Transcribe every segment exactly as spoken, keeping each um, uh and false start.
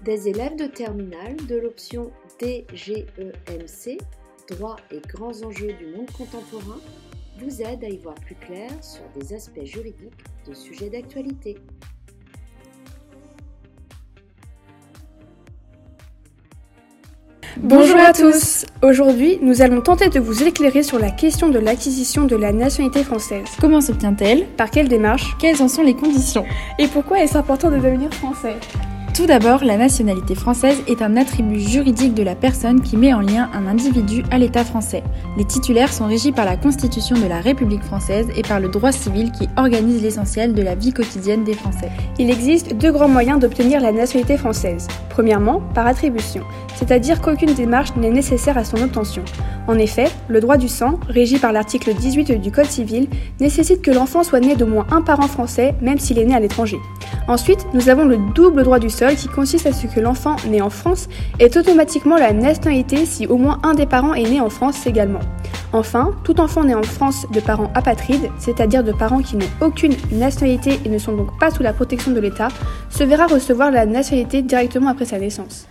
Des élèves de terminale de l'option D G E M C, Droit et grands enjeux du monde contemporain, vous aident à y voir plus clair sur des aspects juridiques de sujets d'actualité. Bonjour à tous! Aujourd'hui, nous allons tenter de vous éclairer sur la question de l'acquisition de la nationalité française. Comment s'obtient-elle? Par quelle démarche? Quelles en sont les conditions? Et pourquoi est-ce important de devenir français? Tout d'abord, la nationalité française est un attribut juridique de la personne qui met en lien un individu à l'État français. Les titulaires sont régis par la Constitution de la République française et par le droit civil qui organise l'essentiel de la vie quotidienne des Français. Il existe deux grands moyens d'obtenir la nationalité française. Premièrement, par attribution, c'est-à-dire qu'aucune démarche n'est nécessaire à son obtention. En effet, le droit du sang, régi par l'article dix-huit du Code civil, nécessite que l'enfant soit né d'au moins un parent français, même s'il est né à l'étranger. Ensuite, nous avons le double droit du sol qui consiste à ce que l'enfant né en France ait automatiquement la nationalité si au moins un des parents est né en France également. Enfin, tout enfant né en France de parents apatrides, c'est-à-dire de parents qui n'ont aucune nationalité et ne sont donc pas sous la protection de l'État, se verra recevoir la nationalité directement après sa naissance.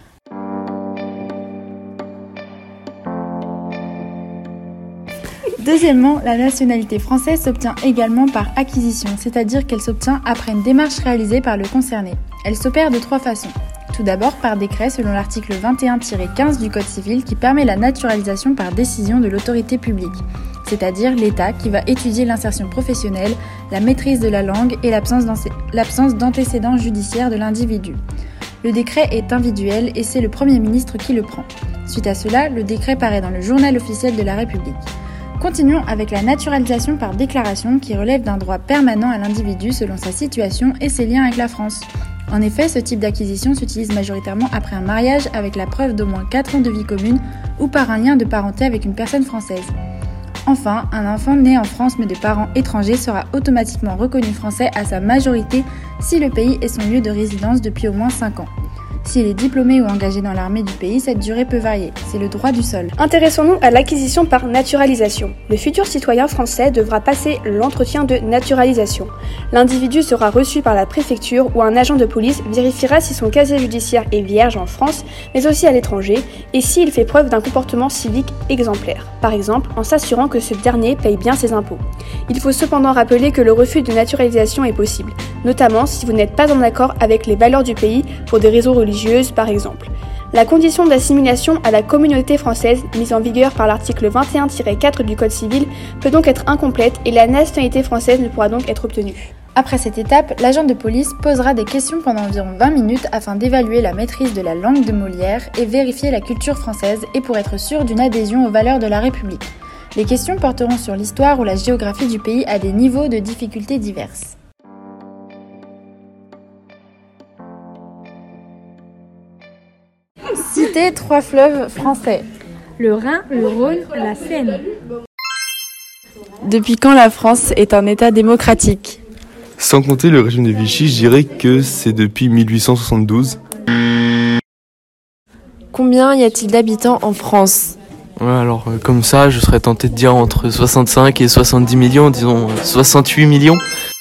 Deuxièmement, la nationalité française s'obtient également par acquisition, c'est-à-dire qu'elle s'obtient après une démarche réalisée par le concerné. Elle s'opère de trois façons. Tout d'abord par décret selon l'article vingt et un tiret quinze du Code civil qui permet la naturalisation par décision de l'autorité publique, c'est-à-dire l'État qui va étudier l'insertion professionnelle, la maîtrise de la langue et l'absence d'antécédents judiciaires de l'individu. Le décret est individuel et c'est le Premier ministre qui le prend. Suite à cela, le décret paraît dans le journal officiel de la République. Continuons avec la naturalisation par déclaration qui relève d'un droit permanent à l'individu selon sa situation et ses liens avec la France. En effet, ce type d'acquisition s'utilise majoritairement après un mariage avec la preuve d'au moins quatre ans de vie commune ou par un lien de parenté avec une personne française. Enfin, un enfant né en France mais de parents étrangers sera automatiquement reconnu français à sa majorité si le pays est son lieu de résidence depuis au moins cinq ans. S'il est diplômé ou engagé dans l'armée du pays, cette durée peut varier. C'est le droit du sol. Intéressons-nous à l'acquisition par naturalisation. Le futur citoyen français devra passer l'entretien de naturalisation. L'individu sera reçu par la préfecture où un agent de police vérifiera si son casier judiciaire est vierge en France, mais aussi à l'étranger, et s'il fait preuve d'un comportement civique exemplaire. Par exemple, en s'assurant que ce dernier paye bien ses impôts. Il faut cependant rappeler que le refus de naturalisation est possible, notamment si vous n'êtes pas en accord avec les valeurs du pays pour des raisons religieuses par exemple. La condition d'assimilation à la communauté française, mise en vigueur par l'article vingt et un tiret quatre du Code civil, peut donc être incomplète et la nationalité française ne pourra donc être obtenue. Après cette étape, l'agent de police posera des questions pendant environ vingt minutes afin d'évaluer la maîtrise de la langue de Molière et vérifier la culture française et pour être sûr d'une adhésion aux valeurs de la République. Les questions porteront sur l'histoire ou la géographie du pays à des niveaux de difficulté diverses. Citez trois fleuves français. Le Rhin, le Rhône, la Seine. Depuis quand la France est un État démocratique? Sans compter le régime de Vichy, je dirais que c'est depuis mille huit cent soixante-douze. Combien y a-t-il d'habitants en France? Ouais, alors euh, comme ça, je serais tenté de dire entre soixante-cinq et soixante-dix millions, disons euh, soixante-huit millions.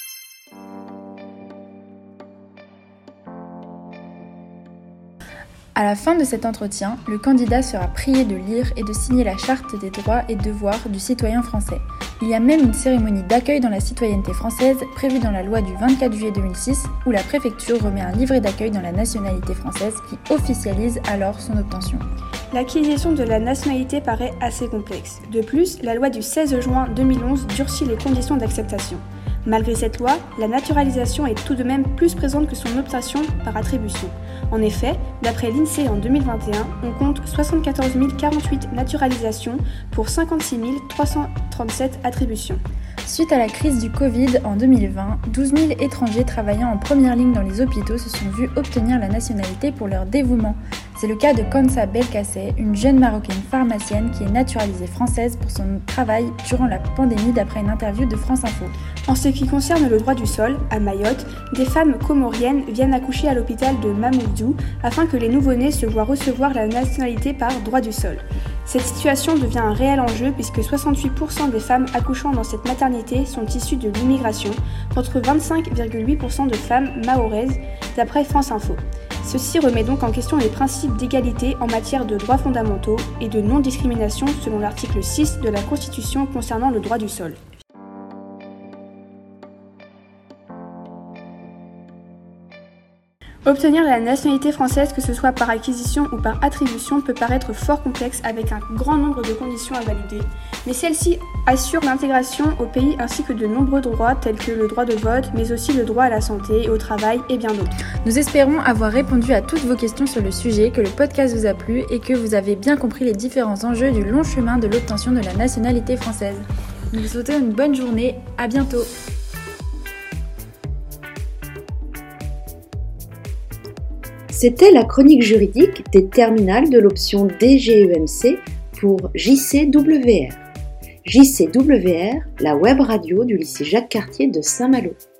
À la fin de cet entretien, le candidat sera prié de lire et de signer la charte des droits et devoirs du citoyen français. Il y a même une cérémonie d'accueil dans la citoyenneté française prévue dans la loi du vingt-quatre juillet deux mille six où la préfecture remet un livret d'accueil dans la nationalité française qui officialise alors son obtention. L'acquisition de la nationalité paraît assez complexe. De plus, la loi du seize juin deux mille onze durcit les conditions d'acceptation. Malgré cette loi, la naturalisation est tout de même plus présente que son obtention par attribution. En effet, d'après l'INSEE en deux mille vingt et un, on compte soixante-quatorze mille quarante-huit naturalisations pour cinquante-six mille trois cent trente-sept attributions. Suite à la crise du Covid en deux mille vingt, douze mille étrangers travaillant en première ligne dans les hôpitaux se sont vus obtenir la nationalité pour leur dévouement. C'est le cas de Kansa Belkacem, une jeune marocaine pharmacienne qui est naturalisée française pour son travail durant la pandémie d'après une interview de France Info. En ce qui concerne le droit du sol, à Mayotte, des femmes comoriennes viennent accoucher à l'hôpital de Mamoudzou afin que les nouveau-nés se voient recevoir la nationalité par droit du sol. Cette situation devient un réel enjeu puisque soixante-huit pour cent des femmes accouchant dans cette maternité sont issues de l'immigration, contre vingt-cinq virgule huit pour cent de femmes mahoraises, d'après France Info. Ceci remet donc en question les principes d'égalité en matière de droits fondamentaux et de non-discrimination selon l'article six de la Constitution concernant le droit du sol. Obtenir la nationalité française, que ce soit par acquisition ou par attribution, peut paraître fort complexe avec un grand nombre de conditions à valider, mais celle-ci assure l'intégration au pays ainsi que de nombreux droits tels que le droit de vote, mais aussi le droit à la santé, au travail et bien d'autres. Nous espérons avoir répondu à toutes vos questions sur le sujet, que le podcast vous a plu et que vous avez bien compris les différents enjeux du long chemin de l'obtention de la nationalité française. Nous vous souhaitons une bonne journée, à bientôt. C'était la chronique juridique des terminales de l'option D G E M C pour J C W R. J C W R, la web radio du lycée Jacques Cartier de Saint-Malo.